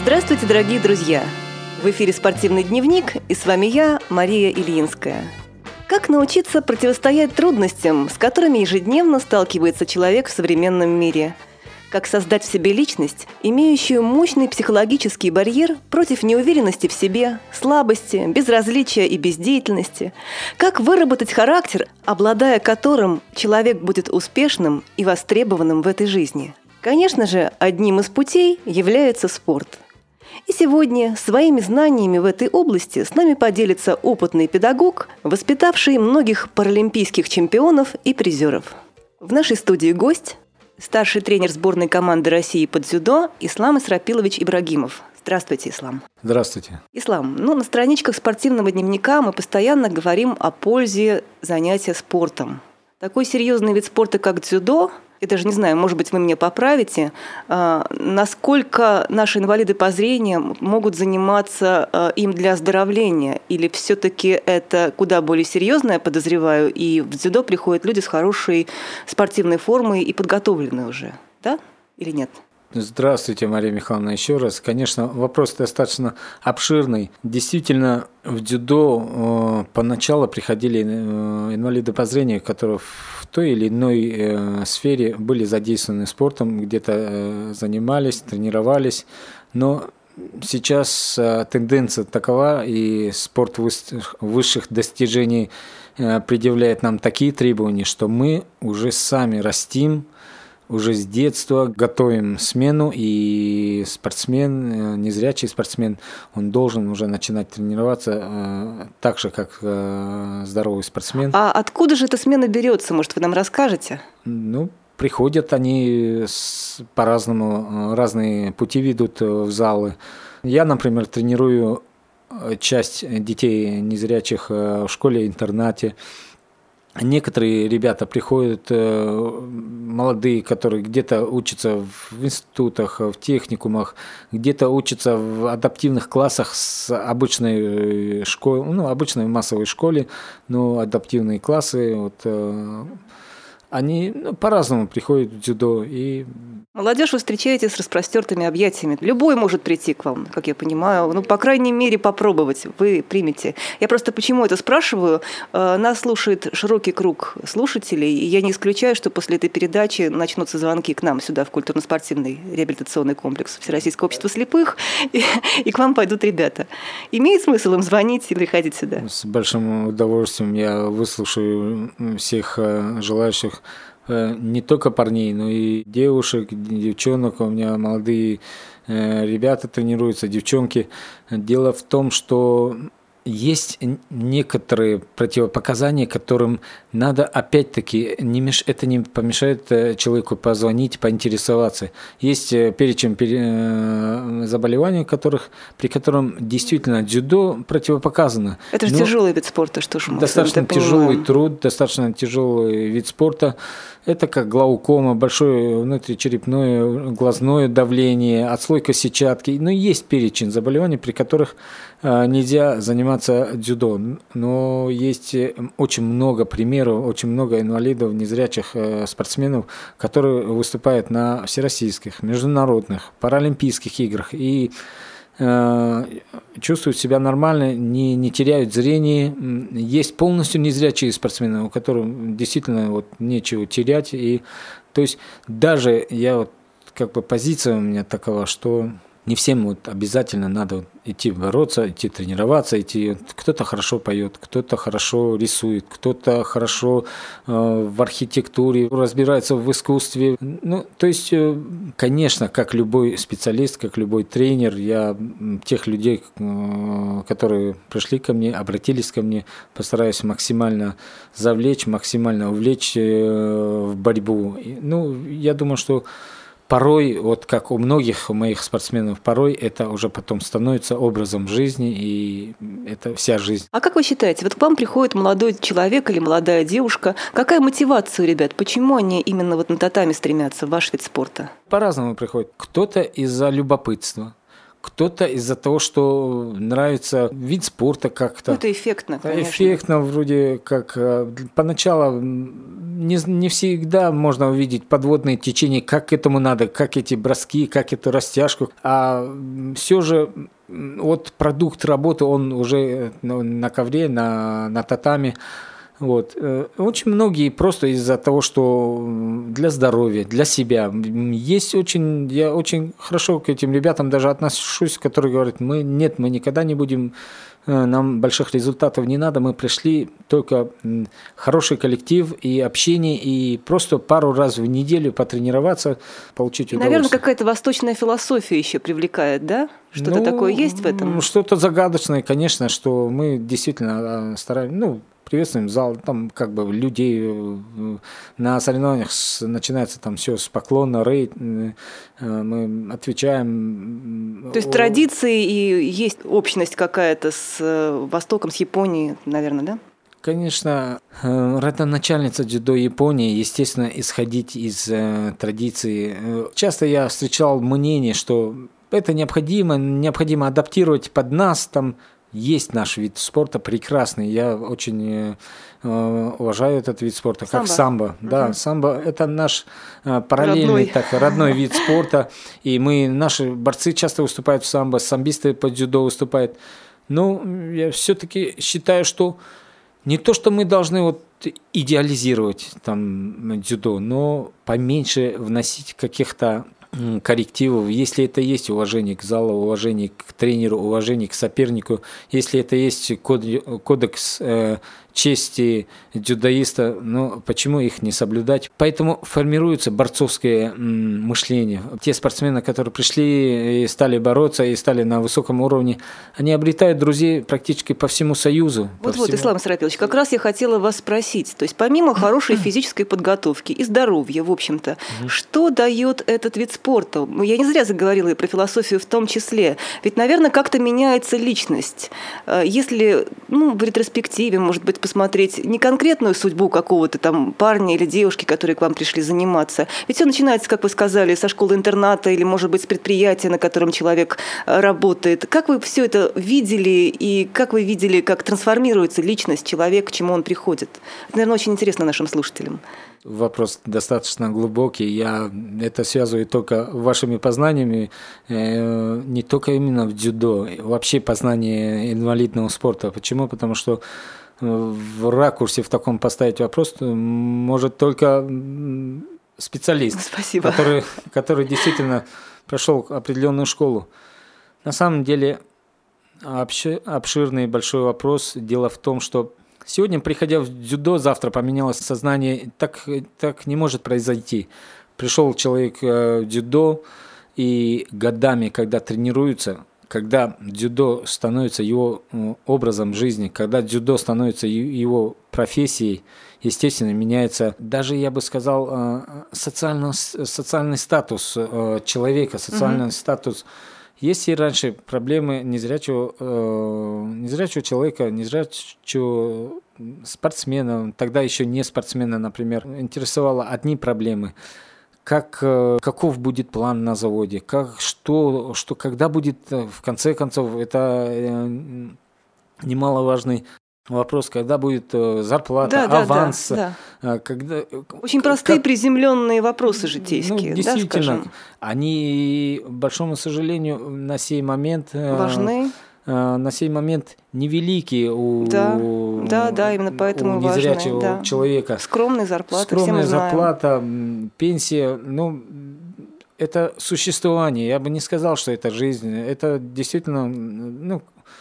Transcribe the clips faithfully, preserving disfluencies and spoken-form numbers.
Здравствуйте, дорогие друзья! В эфире «Спортивный дневник» и с вами я, Мария Ильинская. Как научиться противостоять трудностям, с которыми ежедневно сталкивается человек в современном мире? Как создать в себе личность, имеющую мощный психологический барьер против неуверенности в себе, слабости, безразличия и бездеятельности? Как выработать характер, обладая которым человек будет успешным и востребованным в этой жизни? Конечно же, одним из путей является спорт. И сегодня своими знаниями в этой области с нами поделится опытный педагог, воспитавший многих паралимпийских чемпионов и призеров. В нашей студии гость – старший тренер сборной команды России по дзюдо Ислам Исрапилович Ибрагимов. Здравствуйте, Ислам. Здравствуйте. Ислам, ну, на страничках спортивного дневника мы постоянно говорим о пользе занятия спортом. Такой серьезный вид спорта, как дзюдо, я даже не знаю, может быть, вы меня поправите, насколько наши инвалиды по зрению могут заниматься им для оздоровления? Или все-таки это куда более серьезно, я подозреваю, и в дзюдо приходят люди с хорошей спортивной формой и подготовленные уже, да? Или нет? Здравствуйте, Мария Михайловна, еще раз. Конечно, вопрос достаточно обширный. Действительно, в дзюдо э, поначалу приходили э, инвалиды по зрению, которые в той или иной э, сфере были задействованы спортом, где-то э, занимались, тренировались, но сейчас э, тенденция такова, и спорт высших, высших достижений э, предъявляет нам такие требования, что мы уже сами растим, уже с детства готовим смену, и спортсмен, незрячий спортсмен, он должен уже начинать тренироваться э, так же, как э, здоровый спортсмен. А откуда же эта смена берется? Может, вы нам расскажете? Ну, приходят они с, по-разному, разные пути ведут в залы. Я, например, тренирую часть детей незрячих в школе-интернате. Некоторые ребята приходят, молодые, которые где-то учатся в институтах, в техникумах, где-то учатся в адаптивных классах с обычной школы, ну, обычной массовой школе, но адаптивные классы, вот, они ну, по-разному приходят в дзюдо. И... Молодежь вы встречаете с распростертыми объятиями. Любой может прийти к вам, как я понимаю. Ну, по крайней мере, попробовать. Вы примете. Я просто почему это спрашиваю? Нас слушает широкий круг слушателей, и я не исключаю, что после этой передачи начнутся звонки к нам сюда, в культурно-спортивный реабилитационный комплекс Всероссийского общества слепых, и, и к вам пойдут ребята. Имеет смысл им звонить и приходить сюда? С большим удовольствием я выслушаю всех желающих, не только парней, но и девушек, девчонок. У меня молодые ребята тренируются, девчонки. Дело в том, что есть некоторые противопоказания, которым надо опять-таки, не меш... это не помешает человеку позвонить, поинтересоваться. Есть перечень заболеваний, которых, при котором действительно дзюдо противопоказано. Это же но тяжелый вид спорта, что ж мы достаточно тяжелый труд, достаточно тяжелый вид спорта. Это как глаукома, большое внутричерепное глазное давление, отслойка сетчатки. Но есть перечень заболеваний, при которых нельзя заниматься дзюдо. Но есть очень много примеров, очень много инвалидов, незрячих спортсменов, которые выступают на всероссийских, международных, паралимпийских играх и чувствуют себя нормально, не, не теряют зрение. Есть полностью незрячие спортсмены, у которых действительно вот нечего терять. И, то есть даже я вот, как бы позиция у меня такова, что не всем вот обязательно надо идти бороться, идти тренироваться, идти. Кто-то хорошо поет, кто-то хорошо рисует, кто-то хорошо э, в архитектуре разбирается в искусстве. Ну, то есть, э, конечно, как любой специалист, как любой тренер, я тех людей, э, которые пришли ко мне, обратились ко мне, постараюсь максимально завлечь, максимально увлечь э, в борьбу. И, ну, я думаю, что порой, вот как у многих у моих спортсменов, порой это уже потом становится образом жизни, и это вся жизнь. А как вы считаете, вот к вам приходит молодой человек или молодая девушка, какая мотивация у ребят? Почему они именно вот на татами стремятся в ваш вид спорта? По-разному приходит. Кто-то из-за любопытства, Кто-то из-за того, что нравится вид спорта как-то. Ну, это эффектно, конечно. Эффектно вроде как. Поначалу не, не всегда можно увидеть подводные течения, как к этому надо, как эти броски, как эту растяжку. А все же вот продукт работы, он уже на ковре, на, на татами. Вот. Очень многие просто из-за того, что для здоровья, для себя. Есть очень, я очень хорошо к этим ребятам даже отношусь, которые говорят, мы нет, мы никогда не будем, нам больших результатов не надо, мы пришли только хороший коллектив и общение, и просто пару раз в неделю потренироваться, получить удовольствие. Наверное, какая-то восточная философия еще привлекает, да? Что-то ну, такое есть в этом? Что-то загадочное, конечно, что мы действительно стараемся, ну, приветствуем зал, там как бы людей на соревнованиях с, начинается там все с поклона, рейд, мы отвечаем. То есть традиции и есть общность какая-то с Востоком, с Японией, наверное, да? Конечно, родоначальница дзюдо Японии, естественно, исходить из э, традиции. Часто я встречал мнение, что это необходимо, необходимо адаптировать под нас, там, есть наш вид спорта прекрасный. Я очень э, уважаю этот вид спорта, самбо. Как самбо. Угу. Да, самбо – это наш э, параллельный, родной. Так, родной вид спорта. И мы, наши борцы часто выступают в самбо, самбисты по дзюдо выступают. Но я все-таки считаю, что не то, что мы должны вот идеализировать там дзюдо, но поменьше вносить каких-то коррективов, если это есть уважение к залу, уважение к тренеру, уважение к сопернику, если это есть кодекс э, чести дзюдоиста, ну почему их не соблюдать? Поэтому формируется борцовское м, мышление. Те спортсмены, которые пришли и стали бороться, и стали на высоком уровне, они обретают друзей практически по всему Союзу. Вот-вот, Ислам Сарапилович, как раз я хотела вас спросить, то есть помимо хорошей физической подготовки и здоровья, в общем-то, что дает этот вид спорта? Я не зря заговорила и про философию в том числе. Ведь, наверное, как-то меняется личность. Если, ну, в ретроспективе, может быть, посмотреть не конкретную судьбу какого-то там парня или девушки, которые к вам пришли заниматься. Ведь все начинается, как вы сказали, со школы-интерната или, может быть, с предприятия, на котором человек работает. Как вы все это видели и как вы видели, как трансформируется личность человека, к чему он приходит? Это, наверное, очень интересно нашим слушателям. Вопрос достаточно глубокий. Я это связываю только вашими познаниями, э, не только именно в дзюдо, вообще познание инвалидного спорта. Почему? Потому что в ракурсе в таком поставить вопрос может только специалист, Спасибо. Который, который действительно прошел определенную школу. На самом деле обширный большой вопрос. Дело в том, что сегодня, приходя в дзюдо, завтра поменялось сознание. Так, так не может произойти. Пришел человек в дзюдо, и годами, когда тренируется, когда дзюдо становится его образом жизни, когда дзюдо становится его профессией, естественно, меняется даже, я бы сказал, социальный, социальный статус человека, социальный mm-hmm. статус. Если раньше проблемы незрячего, незрячего человека, незрячего спортсмена, тогда еще не спортсмена, например, интересовало одни проблемы. Как, каков будет план на заводе, как, что, что, когда будет, в конце концов, это немаловажный вопрос, когда будет зарплата, да, аванс. Да, да. Когда, Очень простые, как, приземленные вопросы житейские. Ну, действительно, да, они, к большому сожалению, на сей момент важны. На сей момент невеликие у, да, да, да, именно поэтому у незрячего важны, да. человека. Скромная зарплата, Скромная все мы зарплата, пенсия, ну, это существование. Я бы не сказал, что это жизнь. Это действительно, ну,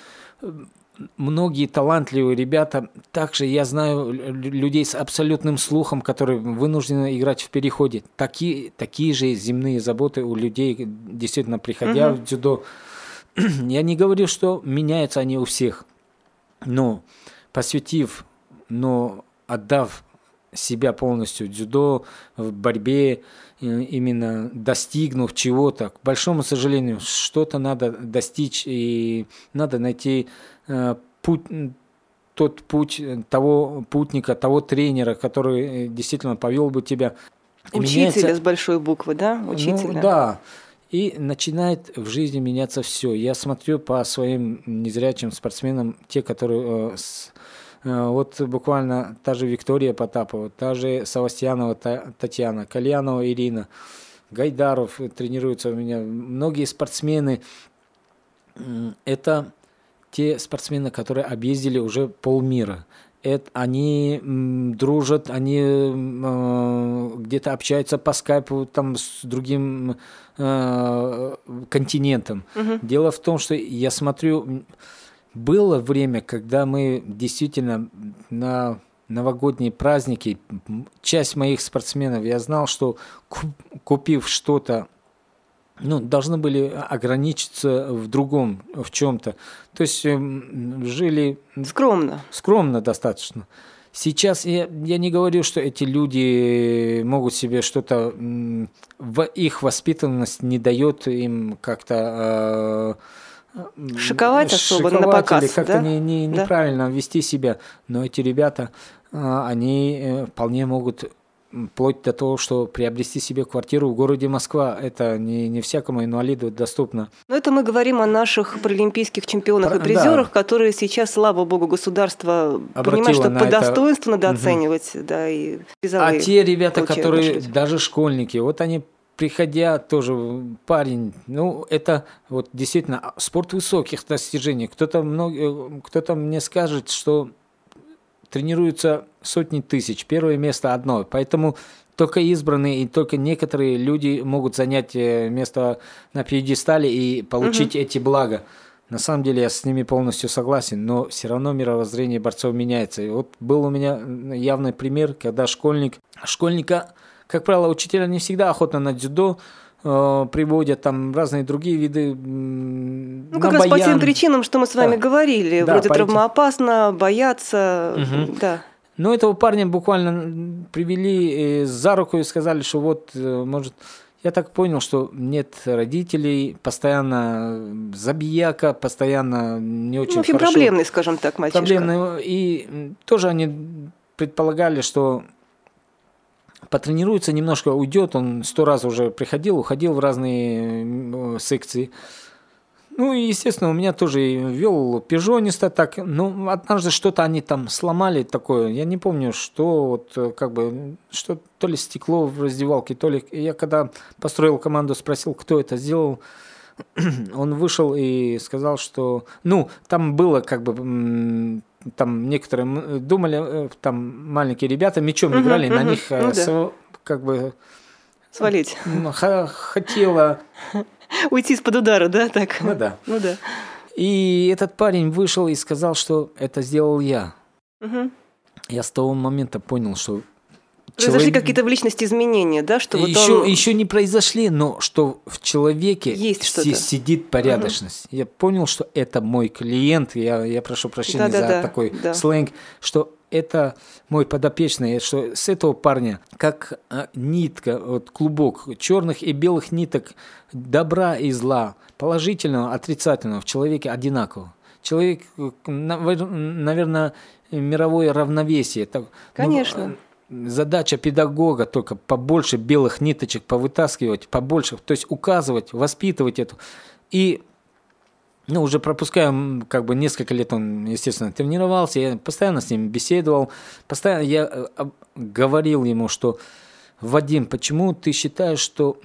многие талантливые ребята. Также я знаю людей с абсолютным слухом, которые вынуждены играть в переходе. Такие, такие же земные заботы у людей, действительно, приходя угу. в дзюдо. Я не говорю, что меняются они у всех, но посвятив, но отдав себя полностью дзюдо, в борьбе, именно достигнув чего-то, к большому сожалению, что-то надо достичь, и надо найти путь, тот путь того путника, того тренера, который действительно повел бы тебя. Учителя меняется... с большой буквы, да? Учителя. Ну, да. И начинает в жизни меняться все. Я смотрю по своим незрячим спортсменам, те, которые... Э, с, э, вот буквально та же Виктория Потапова, та же Савастьянова та, Татьяна, Кальянова Ирина, Гайдаров тренируются у меня. Многие спортсмены, э, это те спортсмены, которые объездили уже полмира. Это, они м, дружат, они э, где-то общаются по скайпу там, с другим э, континентом. Угу. Дело в том, что я смотрю, было время, когда мы действительно на новогодние праздники, часть моих спортсменов, я знал, что купив что-то, ну, должны были ограничиться в другом, в чем-то. То есть э, жили... Скромно. Скромно достаточно. Сейчас я, я не говорю, что эти люди могут себе что-то... В их воспитанность не дает им как-то... Э, шиковать особо на показ, или как-то да? не, не, да? неправильно вести себя. Но эти ребята, э, они э, вполне могут... вплоть до того, что приобрести себе квартиру в городе Москва, это не, не всякому инвалиду доступно. Но это мы говорим о наших паралимпийских чемпионах Про, и призерах, да. которые сейчас, слава богу, государство Обратило понимает, что по это... достоинству надо угу. оценивать. Да, и призовые а те ребята, которые кушать. даже школьники, вот они, приходя, тоже парень, ну, это вот действительно спорт высоких достижений. Кто-то, много, кто-то мне скажет, что тренируются сотни тысяч, первое место одно. Поэтому только избранные и только некоторые люди могут занять место на пьедестале и получить угу. эти блага. На самом деле я с ними полностью согласен, но все равно мировоззрение борцов меняется. И вот был у меня явный пример, когда школьник, школьника, как правило, учителя не всегда охотно на дзюдо э, приводят, там разные другие виды. Ну, как раз по тем причинам, что мы с вами да. говорили. Да, вроде травмоопасно, бояться. Угу. Да. Но этого парня буквально привели за руку и сказали, что вот, может... Я так понял, что нет родителей, постоянно забияка, постоянно не очень ну, в общем, хорошо. Проблемный, скажем так, мальчишка. Проблемный. И тоже они предполагали, что потренируется немножко, уйдет. Он сто раз уже приходил, уходил в разные секции. Ну и, естественно, у меня тоже вел пижониста так. Ну, однажды что-то они там сломали такое. Я не помню, что вот как бы, что то ли стекло в раздевалке, то ли... Я когда построил команду, спросил, кто это сделал. Он вышел и сказал, что... Ну, там было как бы... Там некоторые думали, там маленькие ребята мячом uh-huh, играли, uh-huh. на них ну, с, да. как бы... Свалить. Хотела... Уйти из-под удара, да? Так? Ну да. Ну да. И этот парень вышел и сказал, что это сделал я. Угу. Я с того момента понял, что... Произошли человек... какие-то в личности изменения, да? Что еще, вот он... еще не произошли, но что в человеке есть си- сидит порядочность. Угу. Я понял, что это мой клиент, я, я прошу прощения да, за да, такой да. сленг, что это мой подопечный, что с этого парня, как а, нитка, вот клубок черных и белых ниток добра и зла, положительного, отрицательного в человеке одинаково. Человек, наверное, мировое равновесие. Конечно. Ну, задача педагога только побольше белых ниточек повытаскивать, побольше, то есть указывать, воспитывать эту. И ну, уже пропускаем, как бы несколько лет он, естественно, тренировался, я постоянно с ним беседовал, постоянно я говорил ему, что Вадим, почему ты считаешь, что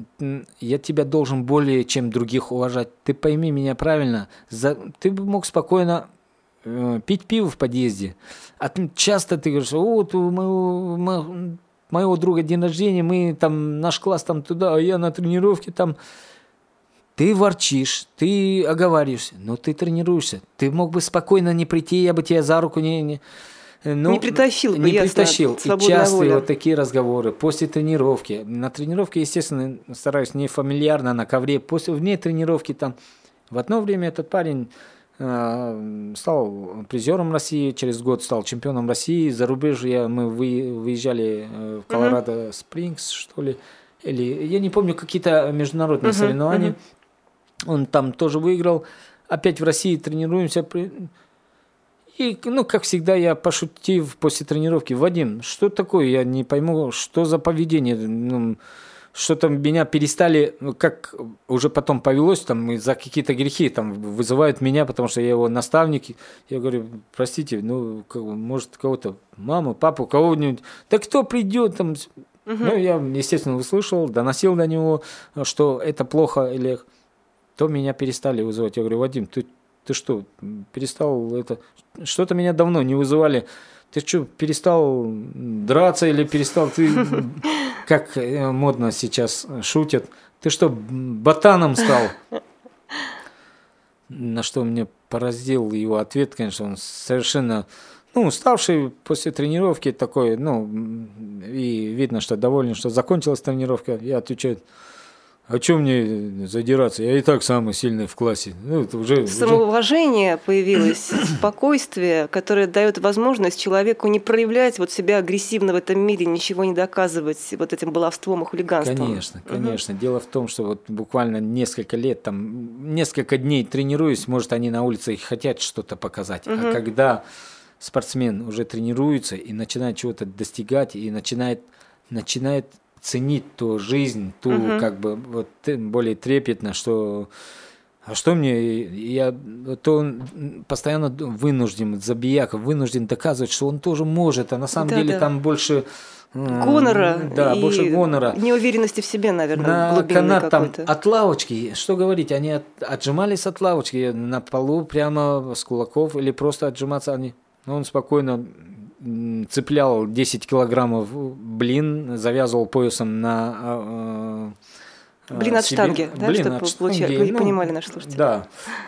я тебя должен более чем других уважать? Ты пойми меня правильно, за... ты бы мог спокойно э, пить пиво в подъезде, а ты, часто ты говоришь, вот у моего, моего, моего друга день рождения, мы там, наш класс там туда, а я на тренировке там... Ты ворчишь, ты оговариваешься, но ты тренируешься. Ты мог бы спокойно не прийти, я бы тебя за руку не... Не, ну, не притащил бы, Не ясно, притащил. И частые вот такие разговоры после тренировки. На тренировке, естественно, стараюсь не фамильярно, на ковре. После, вне тренировки там... В одно время этот парень э, стал призером России, через год стал чемпионом России. За рубеж я, мы вы, выезжали в Колорадо Спрингс, что ли. Или, я не помню, какие-то международные uh-huh, соревнования. Uh-huh. Он там тоже выиграл. Опять в России тренируемся. И, ну, как всегда, я пошутив после тренировки. Вадим, что такое? Я не пойму, что за поведение? Ну, что-то меня перестали, ну, как уже потом повелось, там, за какие-то грехи там, вызывают меня, потому что я его наставник. Я говорю, простите, ну, может, кого-то, маму, папу, кого-нибудь, да кто придет там. Угу. Ну, я, естественно, услышал, доносил до него, что это плохо, или то меня перестали вызывать. Я говорю, Вадим, ты, ты что, перестал это... Что-то меня давно не вызывали. Ты что, перестал драться или перестал... Ты, как модно сейчас шутят, ты что, ботаном стал? На что меня поразил его ответ, конечно, он совершенно... Ну, уставший после тренировки такой, ну, и видно, что доволен, что закончилась тренировка. Я отвечаю, а что мне задираться? Я и так самый сильный в классе. Ну, это уже, самоуважение уже... появилось, спокойствие, которое дает возможность человеку не проявлять вот себя агрессивно в этом мире, ничего не доказывать вот этим баловством и хулиганством. Конечно, конечно. Угу. Дело в том, что вот буквально несколько лет, там, несколько дней тренируюсь, может, они на улице хотят что-то показать. Угу. А когда... спортсмен уже тренируется и начинает чего-то достигать, и начинает, начинает ценить ту жизнь, ту угу. как бы вот более трепетно, что а что мне, я, то он постоянно вынужден, забияка, вынужден доказывать, что он тоже может, а на самом да, деле да. там больше... Гонора, да, и больше гонора. Неуверенности в себе, наверное, на глубинной канат там какой-то. От лавочки, что говорить, они от, отжимались от лавочки на полу прямо с кулаков или просто отжиматься они... Он спокойно цеплял десять килограммов блин, завязывал поясом на... Э, блин от себе. Штанги, да, блин чтобы от получать, штанги. вы Ну, понимали наши слушатели. Да,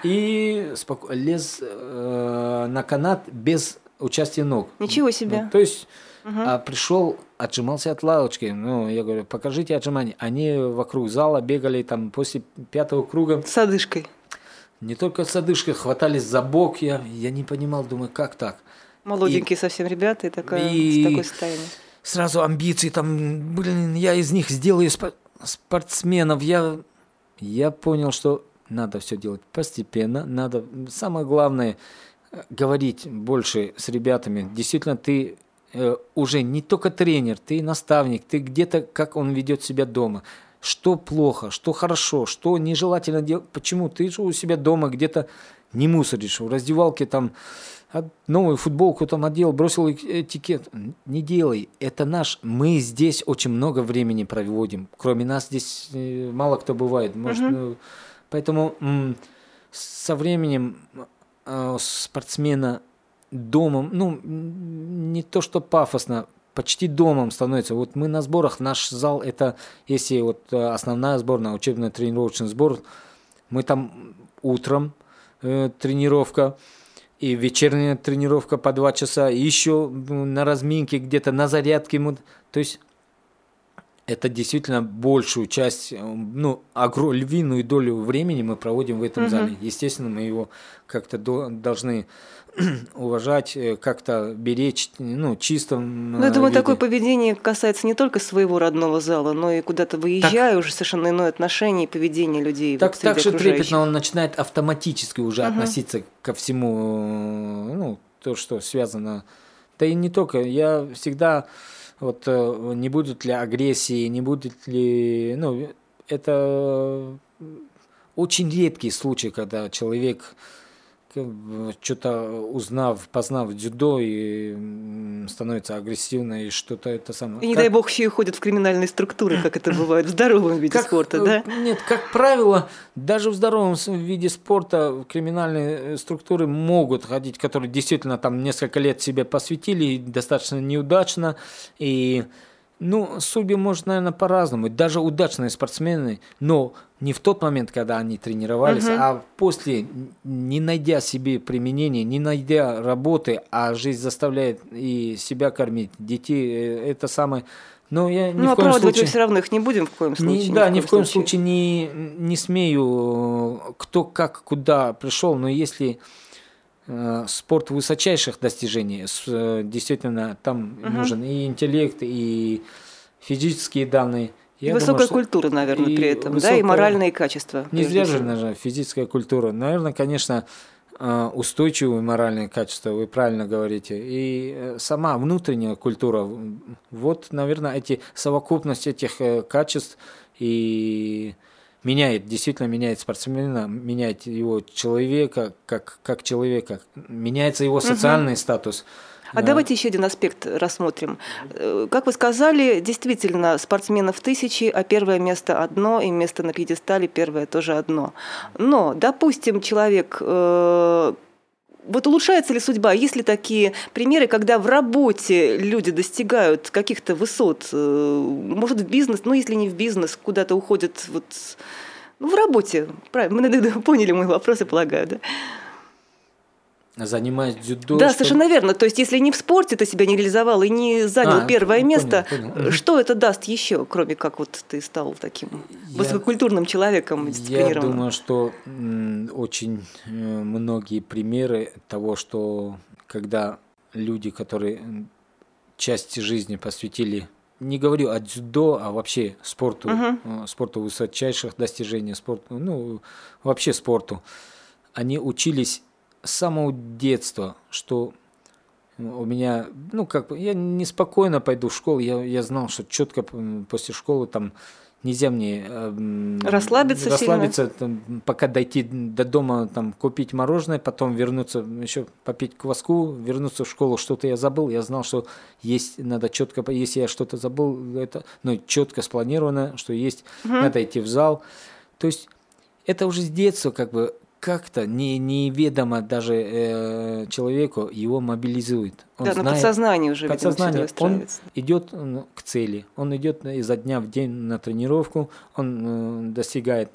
и споко... лез э, на канат без участия ног. Ничего себе. Ну, то есть угу. а пришел, отжимался от лавочки. Ну, я говорю, покажите отжимания. Они вокруг зала бегали там после пятого круга. С одышкой. Не только с одышкой, хватались за бок. Я, я не понимал, думаю, как так? Молоденькие и, совсем ребята и, такое, и такое состояние. Сразу амбиции, там, блин, я из них сделаю спортсменов. Я, я понял, что надо все делать постепенно. Надо, самое главное, говорить больше с ребятами. Действительно, ты э, уже не только тренер, ты наставник, ты где-то, как он ведет себя дома. Что плохо, что хорошо, что нежелательно делать. Почему? Ты же у себя дома где-то не мусоришь. В раздевалке там новую футболку там одел, бросил этикет. Не делай. Это наш. Мы здесь очень много времени проводим. Кроме нас здесь мало кто бывает. Может, uh-huh. ну, поэтому м- со временем э, спортсмена домом, ну, не то что пафосно, почти домом становится. Вот мы на сборах, наш зал, это, если вот основная сборная, учебно-тренировочный сбор, мы там утром э, тренировка, и вечерняя тренировка по два часа, и еще на разминке где-то, на зарядке. То есть это действительно большую часть, ну, огр... львиную долю времени мы проводим в этом угу. зале. Естественно, мы его как-то до... должны уважать, как-то беречь, ну, чистом. Ну, я думаю, виде. Такое поведение касается не только своего родного зала, но и куда-то выезжая, так, уже совершенно иное отношение и поведение людей. Так, вот, так же трепетно он начинает автоматически уже uh-huh. относиться ко всему, ну, то, что связано. Да и не только. Я всегда, вот, не будет ли агрессии, не будет ли, ну, это очень редкий случай, когда человек, что-то узнав, познав дзюдо, и становится агрессивно, и что-то это самое. И не как... дай бог еще и ходят в криминальные структуры, как это бывает в здоровом виде как, спорта, да? Нет, как правило, даже в здоровом виде спорта криминальные структуры могут ходить, которые действительно там несколько лет себе посвятили, достаточно неудачно, и ну, судьи, может, наверное, по-разному. Даже удачные спортсмены, но не в тот момент, когда они тренировались, uh-huh. а после, не найдя себе применения, не найдя работы, а жизнь заставляет и себя кормить, детей, это самое... Но я ни ну, в коем случае... мы все равно их не будем в коем случае. Не, да, ни в коем случае, случае не, не смею, кто как, куда пришел, но если... спорт высочайших достижений, действительно, там угу. нужен и интеллект, и физические данные. Я и высокая думаю, культура, наверное, при этом, высокая... да, и моральные качества. Не зря же, наверное, физическая культура. Наверное, конечно, устойчивые моральные качества, вы правильно говорите, и сама внутренняя культура. Вот, наверное, эти совокупность этих качеств и меняет, действительно меняет спортсмена, меняет его человека, как, как человека, меняется его социальный угу. статус. А да. Давайте еще один аспект рассмотрим. Как вы сказали, действительно, спортсменов тысячи, а первое место одно, и место на пьедестале первое тоже одно. Но, допустим, человек... Э- Вот улучшается ли судьба? Есть ли такие примеры, когда в работе люди достигают каких-то высот? Может, в бизнес, ну, если не в бизнес, куда-то уходят вот, ну, в работе. Правильно, мы поняли мой вопрос, я полагаю, да? Занимаясь дзюдо. Да, что... совершенно верно. То есть, если не в спорте ты себя не реализовал и не занял а, первое понял, место, понял. Что это даст еще, кроме как вот ты стал таким я, высококультурным человеком? Я думаю, что м, очень многие примеры того, что когда люди, которые часть жизни посвятили, не говорю о дзюдо, а вообще спорту, угу. спорту высочайших достижений, спорту, ну, вообще спорту, они учились с самого детства, что у меня, ну, как бы, я неспокойно пойду в школу, я, я знал, что четко после школы там нельзя мне э, расслабиться, расслабиться там, пока дойти до дома, там, купить мороженое, потом вернуться, еще попить кваску, вернуться в школу, что-то я забыл, я знал, что есть, надо четко, если я что-то забыл, это, ну, четко спланировано, что есть, угу. надо идти в зал, то есть это уже с детства, как бы, как-то не, неведомо даже э, человеку его мобилизует. Он да, знает, на подсознании уже, подсознание, видимо, он идет ну, к цели, он идет изо дня в день на тренировку, он э, достигает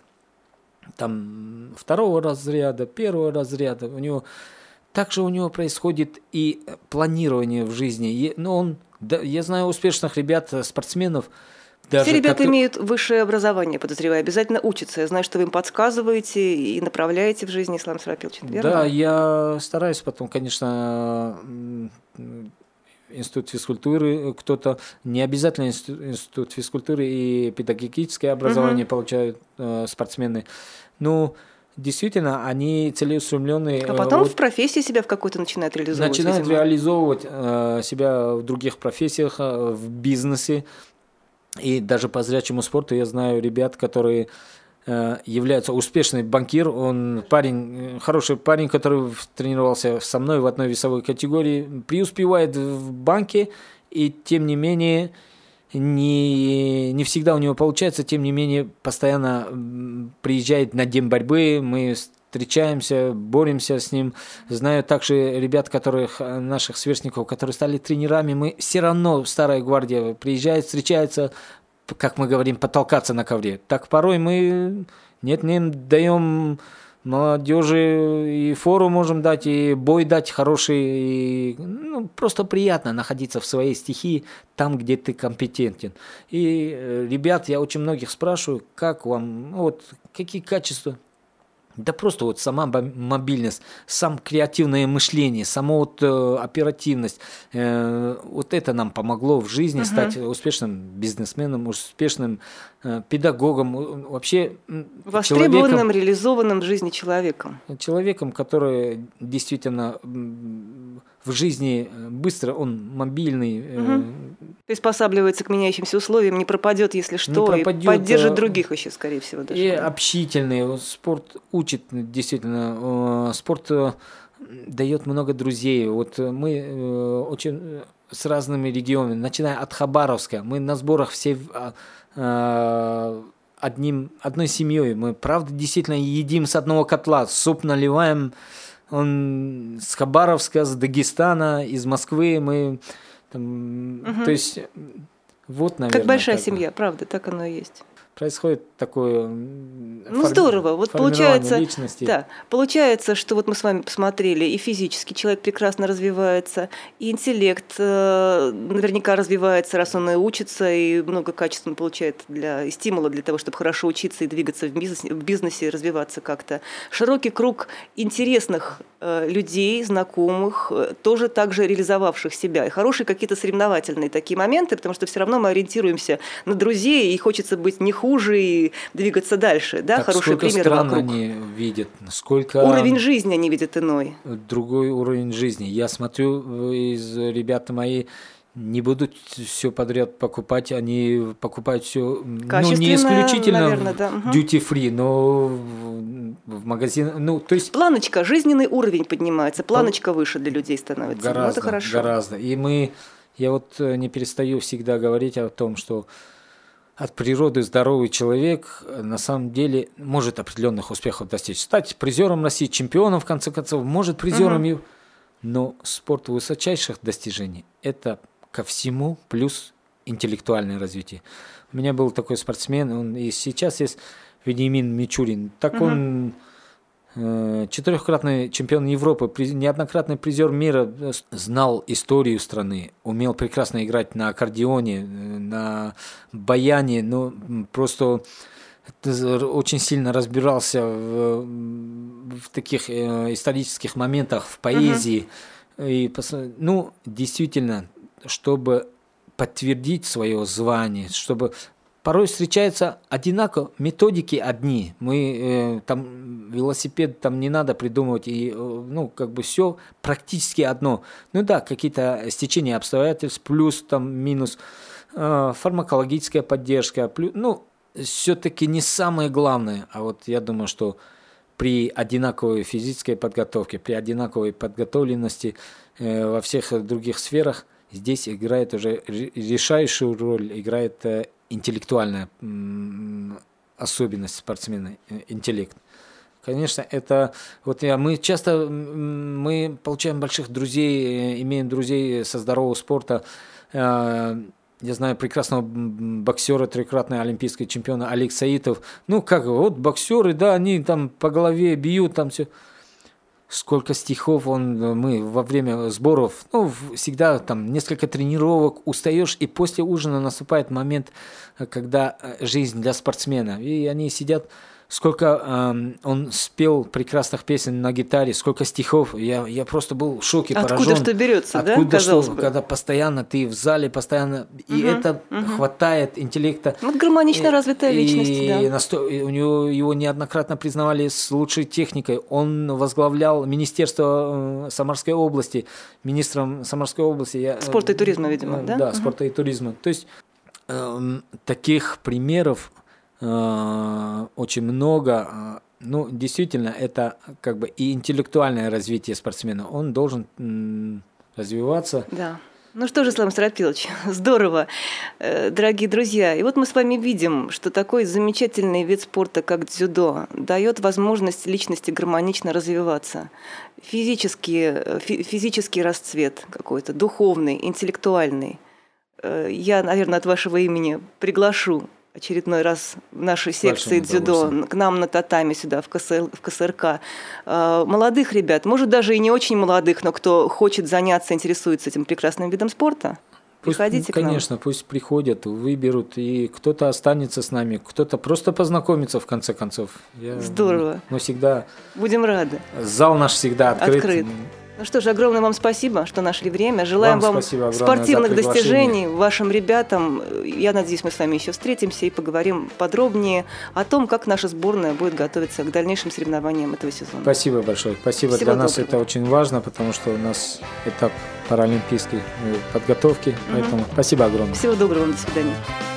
там второго разряда, первого разряда, у него также у него происходит и планирование в жизни. Но он, да, я знаю успешных ребят, спортсменов. Даже Все ребята которые... имеют высшее образование, подозреваю, обязательно учатся. Я знаю, что вы им подсказываете и направляете в жизни, Ислам Сарапилович, верно? Да, я стараюсь потом, конечно, институт физкультуры, кто-то, не обязательно институт физкультуры и педагогическое образование угу. получают э, спортсмены, но действительно, они целеустремленные. А потом вот, в профессии себя в какой-то начинают реализовывать. Начинают видимо. реализовывать э, себя в других профессиях, э, в бизнесе. И даже по зрячему спорту я знаю ребят, которые э, являются успешный банкир. Он парень, хороший парень, который тренировался со мной в одной весовой категории, преуспевает в банке, и тем не менее не, не всегда у него получается, тем не менее постоянно приезжает на день борьбы, мы встречаемся, боремся с ним. Знаю также ребят, которых, наших сверстников, которые стали тренерами, мы все равно, старая гвардия, приезжает, встречается, как мы говорим, потолкаться на ковре. Так порой мы нет-нет даем молодежи и фору можем дать, и бой дать хороший, и, ну, просто приятно находиться в своей стихии, там, где ты компетентен. И, ребят, я очень многих спрашиваю, как вам, вот, какие качества. Да просто вот сама мобильность, сам креативное мышление, сама вот э, оперативность, э, вот это нам помогло в жизни uh-huh. стать успешным бизнесменом, успешным э, педагогом, вообще востребованным, реализованным в жизни человеком. Человеком, который действительно в жизни быстро, он мобильный. Uh-huh. Э, приспосабливается к меняющимся условиям, не пропадет, если что, пропадет, и поддержит других еще, скорее всего. Даже. И общительный. Спорт учит, действительно. Спорт дает много друзей. Вот мы очень с разными регионами, начиная от Хабаровска, мы на сборах все одним, одной семьей. Мы, правда, действительно едим с одного котла, суп наливаем. Он с Хабаровска, с Дагестана, из Москвы. Мы там, угу. То есть, вот, наверное. Как большая так, семья, правда, так оно и есть. Происходит такое ну, форми... здорово. Вот получается, личности. Да, получается, что вот мы с вами посмотрели, и физически человек прекрасно развивается, и интеллект э, наверняка развивается, раз он и учится, и много качеств он получает для, и стимула для того, чтобы хорошо учиться и двигаться в бизнесе, в бизнесе и развиваться как-то. Широкий круг интересных э, людей, знакомых, э, тоже также реализовавших себя. И хорошие какие-то соревновательные такие моменты, потому что все равно мы ориентируемся на друзей, и хочется быть не хуже, хуже и двигаться дальше. Да? Так Хорошие сколько примеры стран вокруг. они видят, сколько... Уровень жизни они видят иной. Другой уровень жизни. Я смотрю, из ребят мои не будут все подряд покупать, они покупают все, ну, не исключительно наверное, да. duty free, но в, в магазин, ну, то есть... Планочка, жизненный уровень поднимается, планочка выше для людей становится. Гораздо, ну, это хорошо. Гораздо. И мы, я вот не перестаю всегда говорить о том, что от природы здоровый человек на самом деле может определенных успехов достичь. Стать призером России, чемпионом, в конце концов, может призером, угу. но спорт высочайших достижений – это ко всему плюс интеллектуальное развитие. У меня был такой спортсмен, он и сейчас есть Вениамин Мичурин. Так угу. он э, четырехкратный чемпион Европы, приз, неоднократный призер мира, знал историю страны, умел прекрасно играть на аккордеоне, на баяне, ну просто очень сильно разбирался в, в таких э, исторических моментах, в поэзии. Угу. И, ну, действительно, чтобы подтвердить свое звание, чтобы порой встречаются одинаково, методики одни. Мы э, там велосипед там не надо придумывать, и э, ну как бы все практически одно. Ну да, какие-то стечения обстоятельств, плюс там минус, э, фармакологическая поддержка, плюс, ну все-таки не самое главное. А вот я думаю, что при одинаковой физической подготовке, при одинаковой подготовленности э, во всех других сферах здесь играет уже решающую роль, играет интеллектуальная особенность спортсмена, интеллект. Конечно, это вот я, мы часто мы получаем больших друзей, имеем друзей со здорового спорта. Я знаю прекрасного боксера, трехкратного олимпийского чемпиона Олег Саитов. Ну как, вот боксеры, да, они там по голове бьют, там все. Сколько стихов он, мы во время сборов, ну, всегда там несколько тренировок, устаешь, и после ужина наступает момент, когда жизнь для спортсмена. И они сидят, сколько э, он спел прекрасных песен на гитаре, сколько стихов, я, я просто был в шоке, Откуда поражен. Откуда что берется, Откуда да? что, бы. Когда постоянно ты в зале, постоянно, угу, и это угу. хватает интеллекта. Вот гармонично развитая личность, и да. Насто... У него его неоднократно признавали с лучшей техникой. Он возглавлял Министерство Самарской области, министром Самарской области. Я... Спорта и туризма, видимо, да? Да, угу. спорта и туризма. То есть э, таких примеров очень много. Ну, действительно, это как бы и интеллектуальное развитие спортсмена. Он должен м, развиваться. Да. Ну что же, Ислам Сарапилович, здорово, дорогие друзья. И вот мы с вами видим, что такой замечательный вид спорта, как дзюдо, дает возможность личности гармонично развиваться. Физический, фи, физический расцвет какой-то, духовный, интеллектуальный. Я, наверное, от вашего имени приглашу очередной раз в нашей секции дзюдо к нам на татами сюда, в, КСР, в КСРК. Молодых ребят, может, даже и не очень молодых, но кто хочет заняться, интересуется этим прекрасным видом спорта, пусть, приходите к нам. Конечно, пусть приходят, выберут, и кто-то останется с нами, кто-то просто познакомится, в конце концов. Я, Здорово. Мы всегда... Будем рады. Зал наш всегда открыт. Открыт. Ну что ж, огромное вам спасибо, что нашли время. Желаем вам, вам спортивных за достижений, вашим ребятам. Я надеюсь, мы с вами еще встретимся и поговорим подробнее о том, как наша сборная будет готовиться к дальнейшим соревнованиям этого сезона. Спасибо большое. Спасибо. Всего Для доброго. Нас это очень важно, потому что у нас этап паралимпийской подготовки. Угу. Поэтому спасибо огромное. Всего доброго. До свидания.